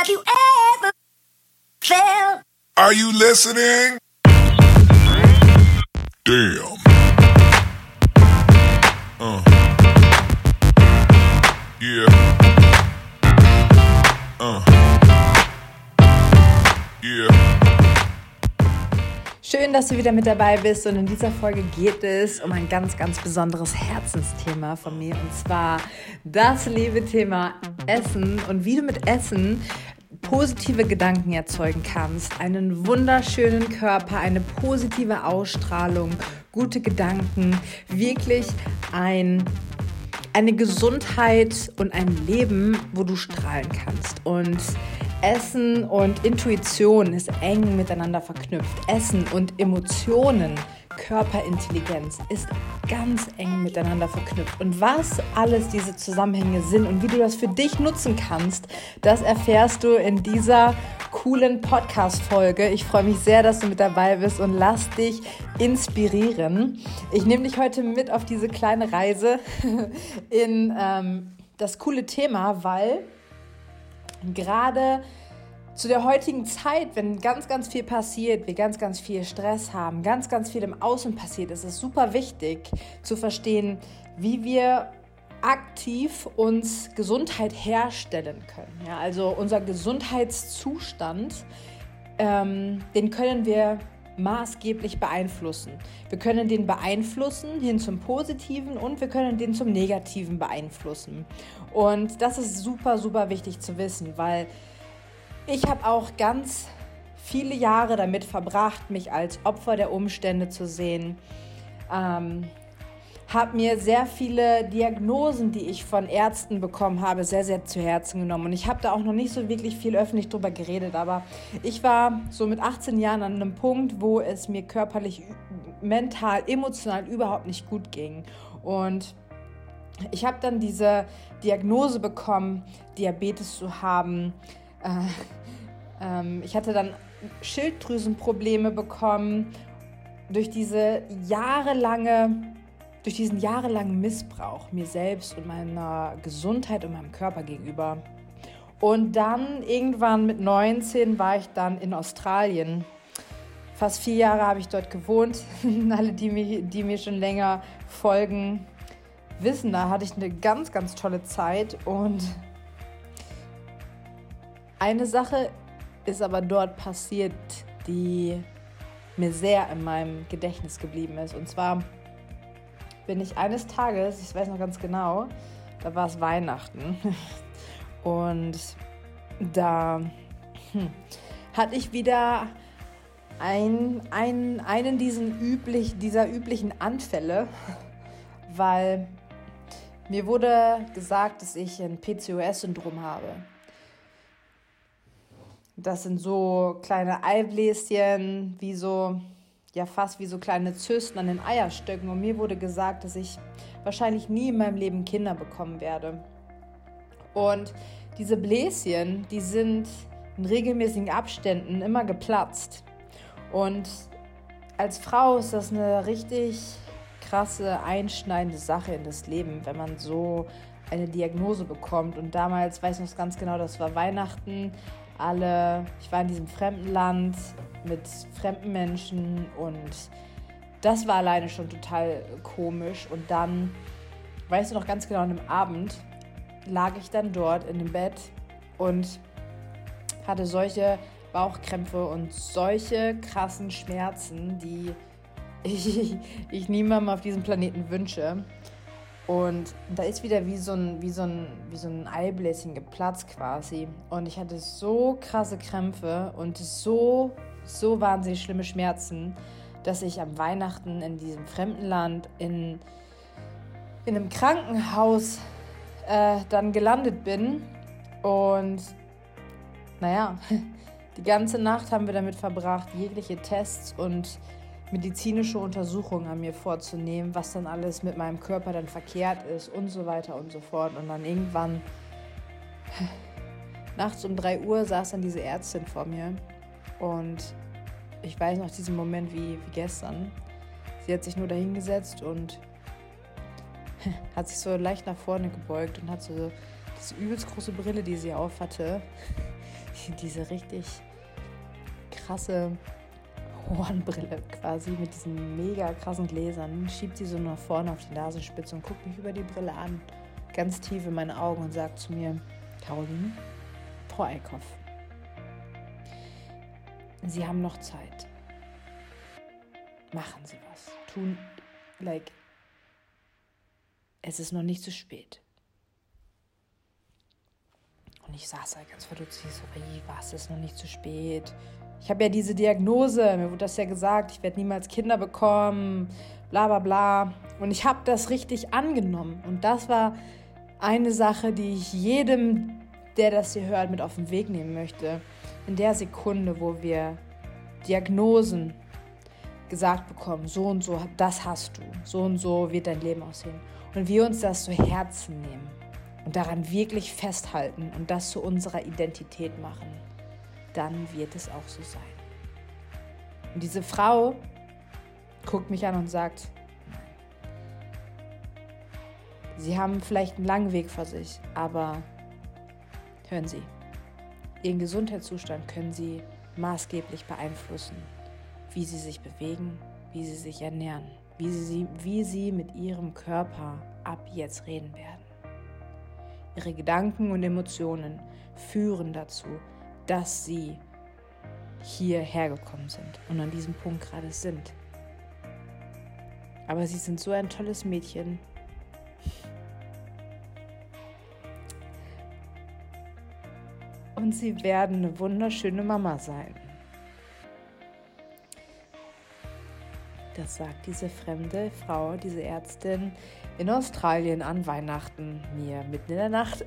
you ever felt. Are you listening? Damn. Yeah. Yeah. Schön, dass du wieder mit dabei bist, und in dieser Folge geht es um ein ganz, ganz besonderes Herzensthema von mir, und zwar das liebe Thema Essen und wie du mit Essen positive Gedanken erzeugen kannst, einen wunderschönen Körper, eine positive Ausstrahlung, gute Gedanken, wirklich eine Gesundheit und ein Leben, wo du strahlen kannst. Und Essen und Intuition ist eng miteinander verknüpft. Essen und Emotionen, Körperintelligenz ist ganz eng miteinander verknüpft. Und was alles diese Zusammenhänge sind und wie du das für dich nutzen kannst, das erfährst du in dieser coolen Podcast-Folge. Ich freue mich sehr, dass du mit dabei bist, und lass dich inspirieren. Ich nehme dich heute mit auf diese kleine Reise in das coole Thema, weil gerade zu der heutigen Zeit, wenn ganz, ganz viel passiert, wir ganz, ganz viel Stress haben, ganz, ganz viel im Außen passiert, ist es super wichtig zu verstehen, wie wir aktiv uns Gesundheit herstellen können. Ja, also unser Gesundheitszustand, den können wir maßgeblich beeinflussen. Wir können den beeinflussen hin zum Positiven, und wir können den zum Negativen beeinflussen. Und das ist super, super wichtig zu wissen, weil ich habe auch ganz viele Jahre damit verbracht, mich als Opfer der Umstände zu sehen. Habe mir sehr viele Diagnosen, die ich von Ärzten bekommen habe, sehr, sehr zu Herzen genommen. Und ich habe da auch noch nicht so wirklich viel öffentlich drüber geredet. Aber ich war so mit 18 Jahren an einem Punkt, wo es mir körperlich, mental, emotional überhaupt nicht gut ging. Und ich habe dann diese Diagnose bekommen, Diabetes zu haben. Ich hatte dann Schilddrüsenprobleme bekommen durch diesen jahrelangen Missbrauch mir selbst und meiner Gesundheit und meinem Körper gegenüber. Und dann irgendwann mit 19 war ich dann in Australien. Fast 4 Jahre habe ich dort gewohnt. Alle, die mir schon länger folgen, wissen, da hatte ich eine ganz, ganz tolle Zeit. Und eine Sache ist aber dort passiert, die mir sehr in meinem Gedächtnis geblieben ist. Und zwar bin ich eines Tages, ich weiß noch ganz genau, da war es Weihnachten, und da hatte ich wieder einen dieser üblichen Anfälle, weil mir wurde gesagt, dass ich ein PCOS-Syndrom habe. Das sind so kleine Eibläschen, fast wie so kleine Zysten an den Eierstöcken. Und mir wurde gesagt, dass ich wahrscheinlich nie in meinem Leben Kinder bekommen werde. Und diese Bläschen, die sind in regelmäßigen Abständen immer geplatzt. Und als Frau ist das eine richtig krasse, einschneidende Sache in das Leben, wenn man so eine Diagnose bekommt. Und damals, weiß ich noch ganz genau, das war Weihnachten. Ich war in diesem fremden Land mit fremden Menschen, und das war alleine schon total komisch. Und dann, weißt du noch ganz genau, an einem Abend lag ich dann dort in dem Bett und hatte solche Bauchkrämpfe und solche krassen Schmerzen, die ich niemandem auf diesem Planeten wünsche. Und da ist wieder wie so ein Eibläschen geplatzt quasi. Und ich hatte so krasse Krämpfe und so wahnsinnig schlimme Schmerzen, dass ich am Weihnachten in diesem fremden Land in einem Krankenhaus dann gelandet bin. Und naja, die ganze Nacht haben wir damit verbracht, jegliche Tests und medizinische Untersuchungen an mir vorzunehmen, was dann alles mit meinem Körper dann verkehrt ist und so weiter und so fort. Und dann irgendwann nachts um 3 Uhr saß dann diese Ärztin vor mir, und ich weiß noch diesen Moment wie gestern. Sie hat sich nur dahingesetzt und hat sich so leicht nach vorne gebeugt und hat so diese übelst große Brille, die sie auf hatte, diese richtig krasse Hornbrille quasi mit diesen mega krassen Gläsern, schiebt sie so nach vorne auf die Nasenspitze und guckt mich über die Brille an, ganz tief in meine Augen und sagt zu mir: Caroline, Frau Eickhoff, Sie haben noch Zeit. Machen Sie was. Es ist noch nicht zu spät. Und ich saß da ganz verdutzt, so, wie, was, ist noch nicht zu spät? Ich habe ja diese Diagnose, mir wurde das ja gesagt, ich werde niemals Kinder bekommen, bla bla bla. Und ich habe das richtig angenommen. Und das war eine Sache, die ich jedem, der das hier hört, mit auf den Weg nehmen möchte. In der Sekunde, wo wir Diagnosen gesagt bekommen, so und so, das hast du, so und so wird dein Leben aussehen. Und wir uns das zu Herzen nehmen und daran wirklich festhalten und das zu unserer Identität machen, dann wird es auch so sein. Und diese Frau guckt mich an und sagt: Nein. Sie haben vielleicht einen langen Weg vor sich, aber hören Sie, Ihren Gesundheitszustand können Sie maßgeblich beeinflussen, wie Sie sich bewegen, wie Sie sich ernähren, wie Sie mit Ihrem Körper ab jetzt reden werden. Ihre Gedanken und Emotionen führen dazu, dass Sie hierher gekommen sind und an diesem Punkt gerade sind. Aber Sie sind so ein tolles Mädchen. Und Sie werden eine wunderschöne Mama sein. Das sagt diese fremde Frau, diese Ärztin in Australien an Weihnachten mir mitten in der Nacht.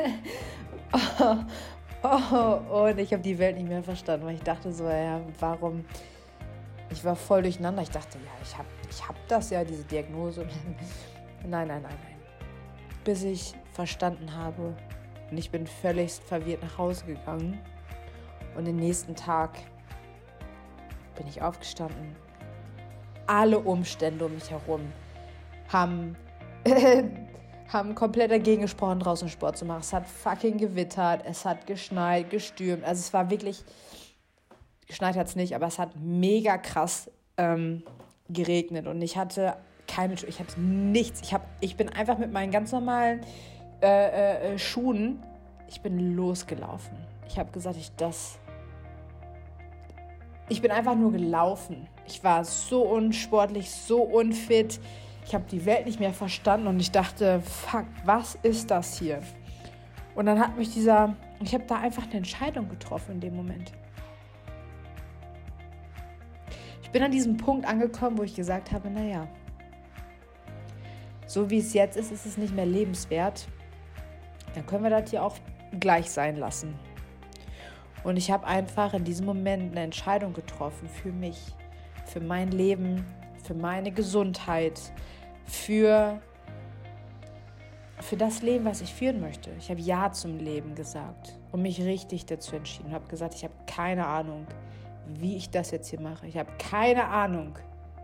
Und ich habe die Welt nicht mehr verstanden, weil ich dachte so, ja, warum? Ich war voll durcheinander. Ich dachte, ja, ich hab das ja, diese Diagnose. Nein. Bis ich verstanden habe und ich bin völlig verwirrt nach Hause gegangen. Und den nächsten Tag bin ich aufgestanden. Alle Umstände um mich herum haben komplett dagegen gesprochen, draußen Sport zu machen. Es hat fucking gewittert, es hat geschneit, gestürmt. Also es war wirklich, geschneit hat es nicht, aber es hat mega krass geregnet. Und ich hatte nichts. Ich bin einfach mit meinen ganz normalen Schuhen, ich bin losgelaufen. Ich habe gesagt, ich bin einfach nur gelaufen. Ich war so unsportlich, so unfit. Ich habe die Welt nicht mehr verstanden und ich dachte, fuck, was ist das hier? Und dann hat mich ich habe da einfach eine Entscheidung getroffen in dem Moment. Ich bin an diesem Punkt angekommen, wo ich gesagt habe, naja, so wie es jetzt ist es nicht mehr lebenswert. Dann können wir das hier auch gleich sein lassen. Und ich habe einfach in diesem Moment eine Entscheidung getroffen für mich, für mein Leben, für meine Gesundheit, für das Leben, was ich führen möchte. Ich habe Ja zum Leben gesagt und mich richtig dazu entschieden. Ich habe gesagt, ich habe keine Ahnung, wie ich das jetzt hier mache. Ich habe keine Ahnung,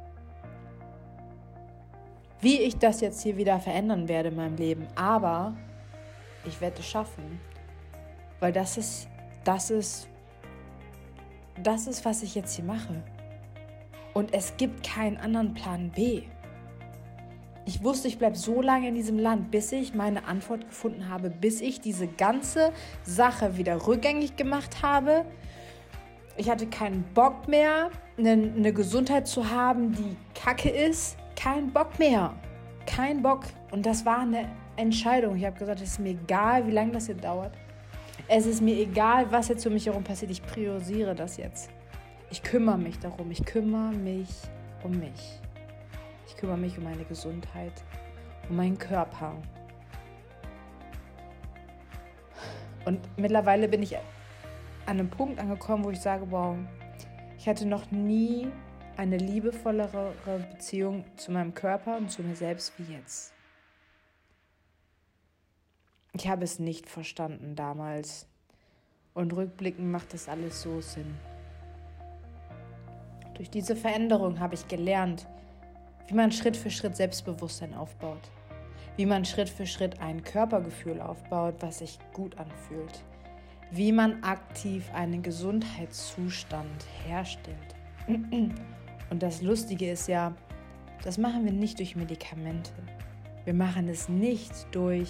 wie ich das jetzt hier wieder verändern werde in meinem Leben. Aber ich werde es schaffen, weil das ist, was ich jetzt hier mache. Und es gibt keinen anderen Plan B. Ich wusste, ich bleibe so lange in diesem Land, bis ich meine Antwort gefunden habe, bis ich diese ganze Sache wieder rückgängig gemacht habe. Ich hatte keinen Bock mehr, eine Gesundheit zu haben, die kacke ist. Kein Bock mehr. Kein Bock. Und das war eine Entscheidung. Ich habe gesagt, es ist mir egal, wie lange das jetzt dauert. Es ist mir egal, was jetzt um mich herum passiert. Ich priorisiere das jetzt. Ich kümmere mich darum. Ich kümmere mich um mich. Ich kümmere mich um meine Gesundheit, um meinen Körper. Und mittlerweile bin ich an einem Punkt angekommen, wo ich sage, wow, ich hatte noch nie eine liebevollere Beziehung zu meinem Körper und zu mir selbst wie jetzt. Ich habe es nicht verstanden damals. Und rückblickend macht das alles so Sinn. Durch diese Veränderung habe ich gelernt, wie man Schritt für Schritt Selbstbewusstsein aufbaut. Wie man Schritt für Schritt ein Körpergefühl aufbaut, was sich gut anfühlt. wie man aktiv einen Gesundheitszustand herstellt. Und das Lustige ist ja, das machen wir nicht durch Medikamente. Wir machen es nicht durch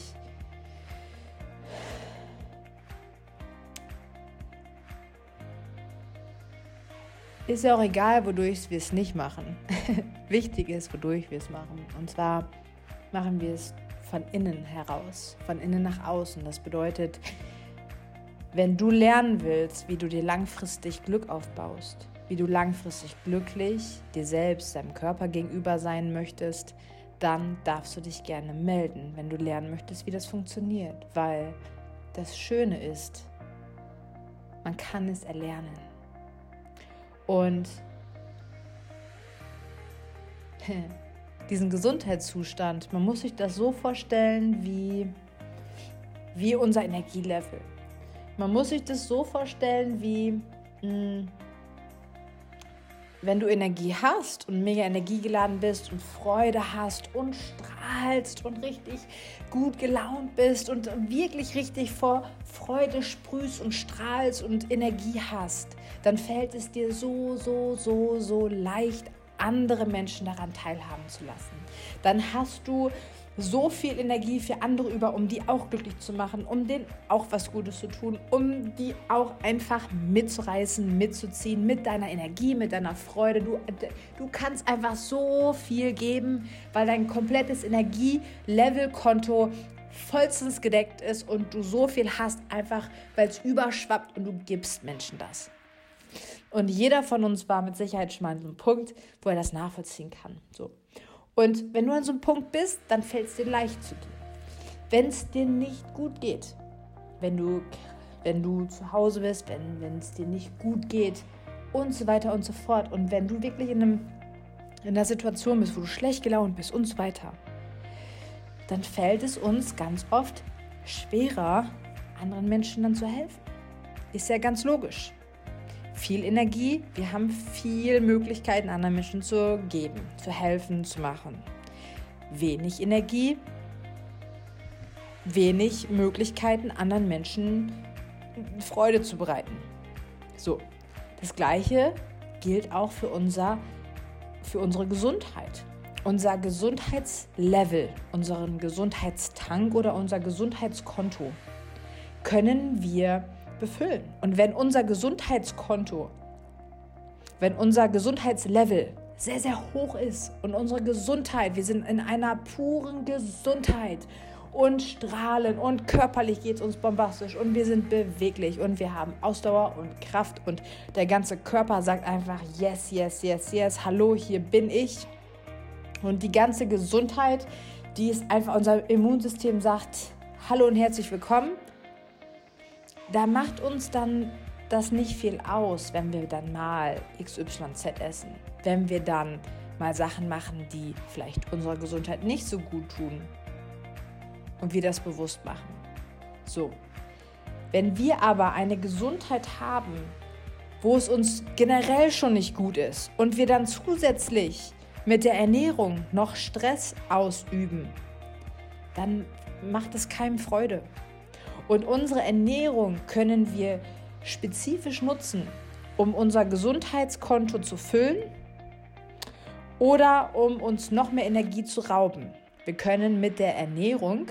ist ja auch egal, wodurch wir es nicht machen. Wichtig ist, wodurch wir es machen. Und zwar machen wir es von innen heraus, von innen nach außen. Das bedeutet, wenn du lernen willst, wie du dir langfristig Glück aufbaust, wie du langfristig glücklich dir selbst, deinem Körper gegenüber sein möchtest, dann darfst du dich gerne melden, wenn du lernen möchtest, wie das funktioniert. Weil das Schöne ist, man kann es erlernen. Und diesen Gesundheitszustand, man muss sich das so vorstellen wie unser Energielevel. Man muss sich das so vorstellen wie, wenn du Energie hast und mega energiegeladen bist und Freude hast und strahlst und richtig gut gelaunt bist und wirklich richtig vor Freude sprühst und strahlst und Energie hast, dann fällt es dir so leicht, andere Menschen daran teilhaben zu lassen. Dann hast du so viel Energie für andere über, um die auch glücklich zu machen, um denen auch was Gutes zu tun, um die auch einfach mitzureißen, mitzuziehen mit deiner Energie, mit deiner Freude. Du kannst einfach so viel geben, weil dein komplettes Energielevelkonto vollstens gedeckt ist und du so viel hast, einfach weil es überschwappt und du gibst Menschen das. Und jeder von uns war mit Sicherheit schon mal an so einem Punkt, wo er das nachvollziehen kann. So. Und wenn du an so einem Punkt bist, dann fällt es dir leicht zu gehen. Wenn es dir nicht gut geht, wenn du zu Hause bist, wenn es dir nicht gut geht und so weiter und so fort. Und wenn du wirklich in einer Situation bist, wo du schlecht gelaunt bist und so weiter, dann fällt es uns ganz oft schwerer, anderen Menschen dann zu helfen. Ist ja ganz logisch. Viel Energie, wir haben viel Möglichkeiten, anderen Menschen zu geben, zu helfen, zu machen. Wenig Energie, wenig Möglichkeiten, anderen Menschen Freude zu bereiten. So, das Gleiche gilt auch für unsere Gesundheit. Unser Gesundheitslevel, unseren Gesundheitstank oder unser Gesundheitskonto können wir befüllen. Und wenn unser Gesundheitskonto, wenn unser Gesundheitslevel sehr, sehr hoch ist und unsere Gesundheit, wir sind in einer puren Gesundheit und strahlen und körperlich geht es uns bombastisch und wir sind beweglich und wir haben Ausdauer und Kraft und der ganze Körper sagt einfach yes, yes, yes, yes, hallo, hier bin ich. Und die ganze Gesundheit, die ist einfach, unser Immunsystem sagt hallo und herzlich willkommen. Da macht uns dann das nicht viel aus, wenn wir dann mal XYZ essen. Wenn wir dann mal Sachen machen, die vielleicht unserer Gesundheit nicht so gut tun. Und wir das bewusst machen. So. Wenn wir aber eine Gesundheit haben, wo es uns generell schon nicht gut ist und wir dann zusätzlich mit der Ernährung noch Stress ausüben, dann macht es keinem Freude. Und unsere Ernährung können wir spezifisch nutzen, um unser Gesundheitskonto zu füllen oder um uns noch mehr Energie zu rauben. Wir können mit der Ernährung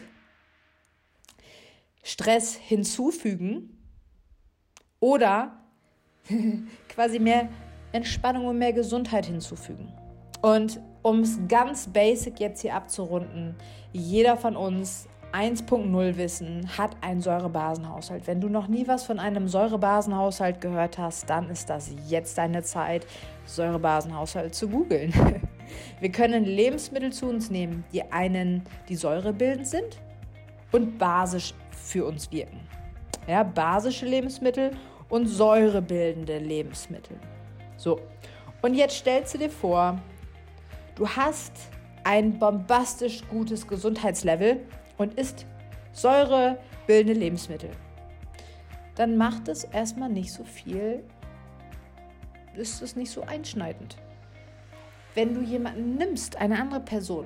Stress hinzufügen oder quasi mehr Entspannung und mehr Gesundheit hinzufügen. Und um es ganz basic jetzt hier abzurunden, jeder von uns 1.0 Wissen hat einen Säurebasenhaushalt. Wenn du noch nie was von einem Säurebasenhaushalt gehört hast, dann ist das jetzt deine Zeit, Säurebasenhaushalt zu googeln. Wir können Lebensmittel zu uns nehmen, die säurebildend sind und basisch für uns wirken. Ja, basische Lebensmittel und säurebildende Lebensmittel. So, und jetzt stellst du dir vor, du hast ein bombastisch gutes Gesundheitslevel und isst säurebildende Lebensmittel. Dann macht es erstmal nicht so viel, ist es nicht so einschneidend. Wenn du jemanden nimmst, eine andere Person,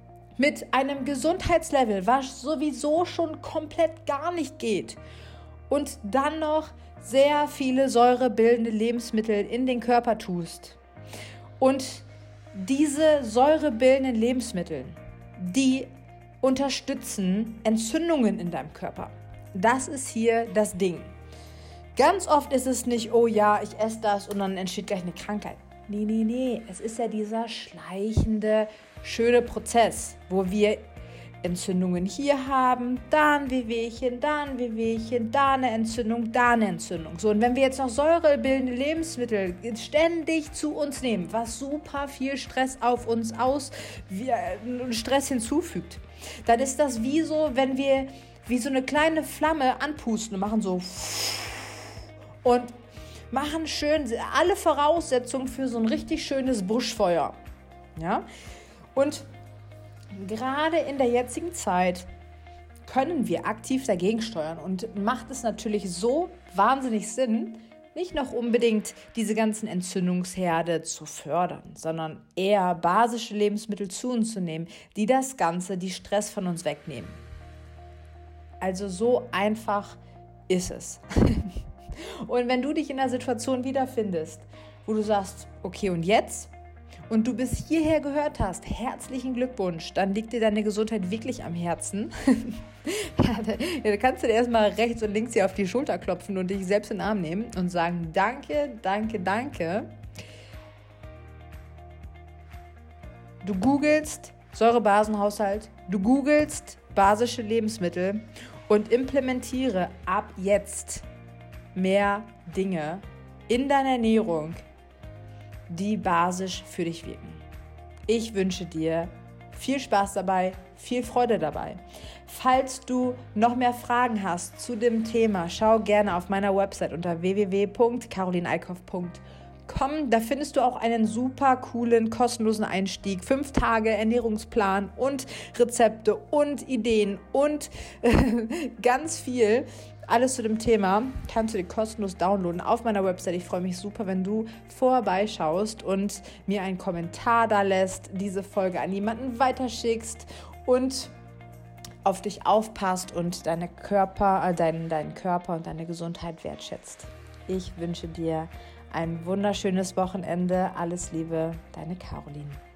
mit einem Gesundheitslevel, was sowieso schon komplett gar nicht geht, und dann noch sehr viele säurebildende Lebensmittel in den Körper tust und diese säurebildenden Lebensmittel, die unterstützen Entzündungen in deinem Körper. Das ist hier das Ding. Ganz oft ist es nicht, oh ja, ich esse das und dann entsteht gleich eine Krankheit. Nee. Es ist ja dieser schleichende, schöne Prozess, wo wir Entzündungen hier haben, da ein Wehwehchen, da eine Entzündung, da eine Entzündung. So, und wenn wir jetzt noch säurebildende Lebensmittel ständig zu uns nehmen, was super viel Stress auf uns Stress hinzufügt, dann ist das wie so, wenn wir wie so eine kleine Flamme anpusten und machen so und machen schön alle Voraussetzungen für so ein richtig schönes Buschfeuer. Ja? Und gerade in der jetzigen Zeit können wir aktiv dagegen steuern und macht es natürlich so wahnsinnig Sinn, nicht noch unbedingt diese ganzen Entzündungsherde zu fördern, sondern eher basische Lebensmittel zu uns zu nehmen, die das Ganze, die Stress von uns wegnehmen. Also so einfach ist es. Und wenn du dich in einer Situation wiederfindest, wo du sagst, okay, und jetzt? Und du bis hierher gehört hast, herzlichen Glückwunsch, dann liegt dir deine Gesundheit wirklich am Herzen. Da kannst du dir erstmal rechts und links hier auf die Schulter klopfen und dich selbst in den Arm nehmen und sagen, danke. Du googelst Säurebasenhaushalt, du googelst basische Lebensmittel und implementiere ab jetzt mehr Dinge in deiner Ernährung, die basisch für dich wirken. Ich wünsche dir viel Spaß dabei, viel Freude dabei. Falls du noch mehr Fragen hast zu dem Thema, schau gerne auf meiner Website unter www.carolineickhoff.com. Da findest du auch einen super coolen, kostenlosen Einstieg, 5 Tage Ernährungsplan und Rezepte und Ideen und ganz viel. Alles zu dem Thema kannst du dir kostenlos downloaden auf meiner Website. Ich freue mich super, wenn du vorbeischaust und mir einen Kommentar da lässt, diese Folge an jemanden weiterschickst und auf dich aufpasst und deinen Körper und deine Gesundheit wertschätzt. Ich wünsche dir ein wunderschönes Wochenende. Alles Liebe, deine Caroline.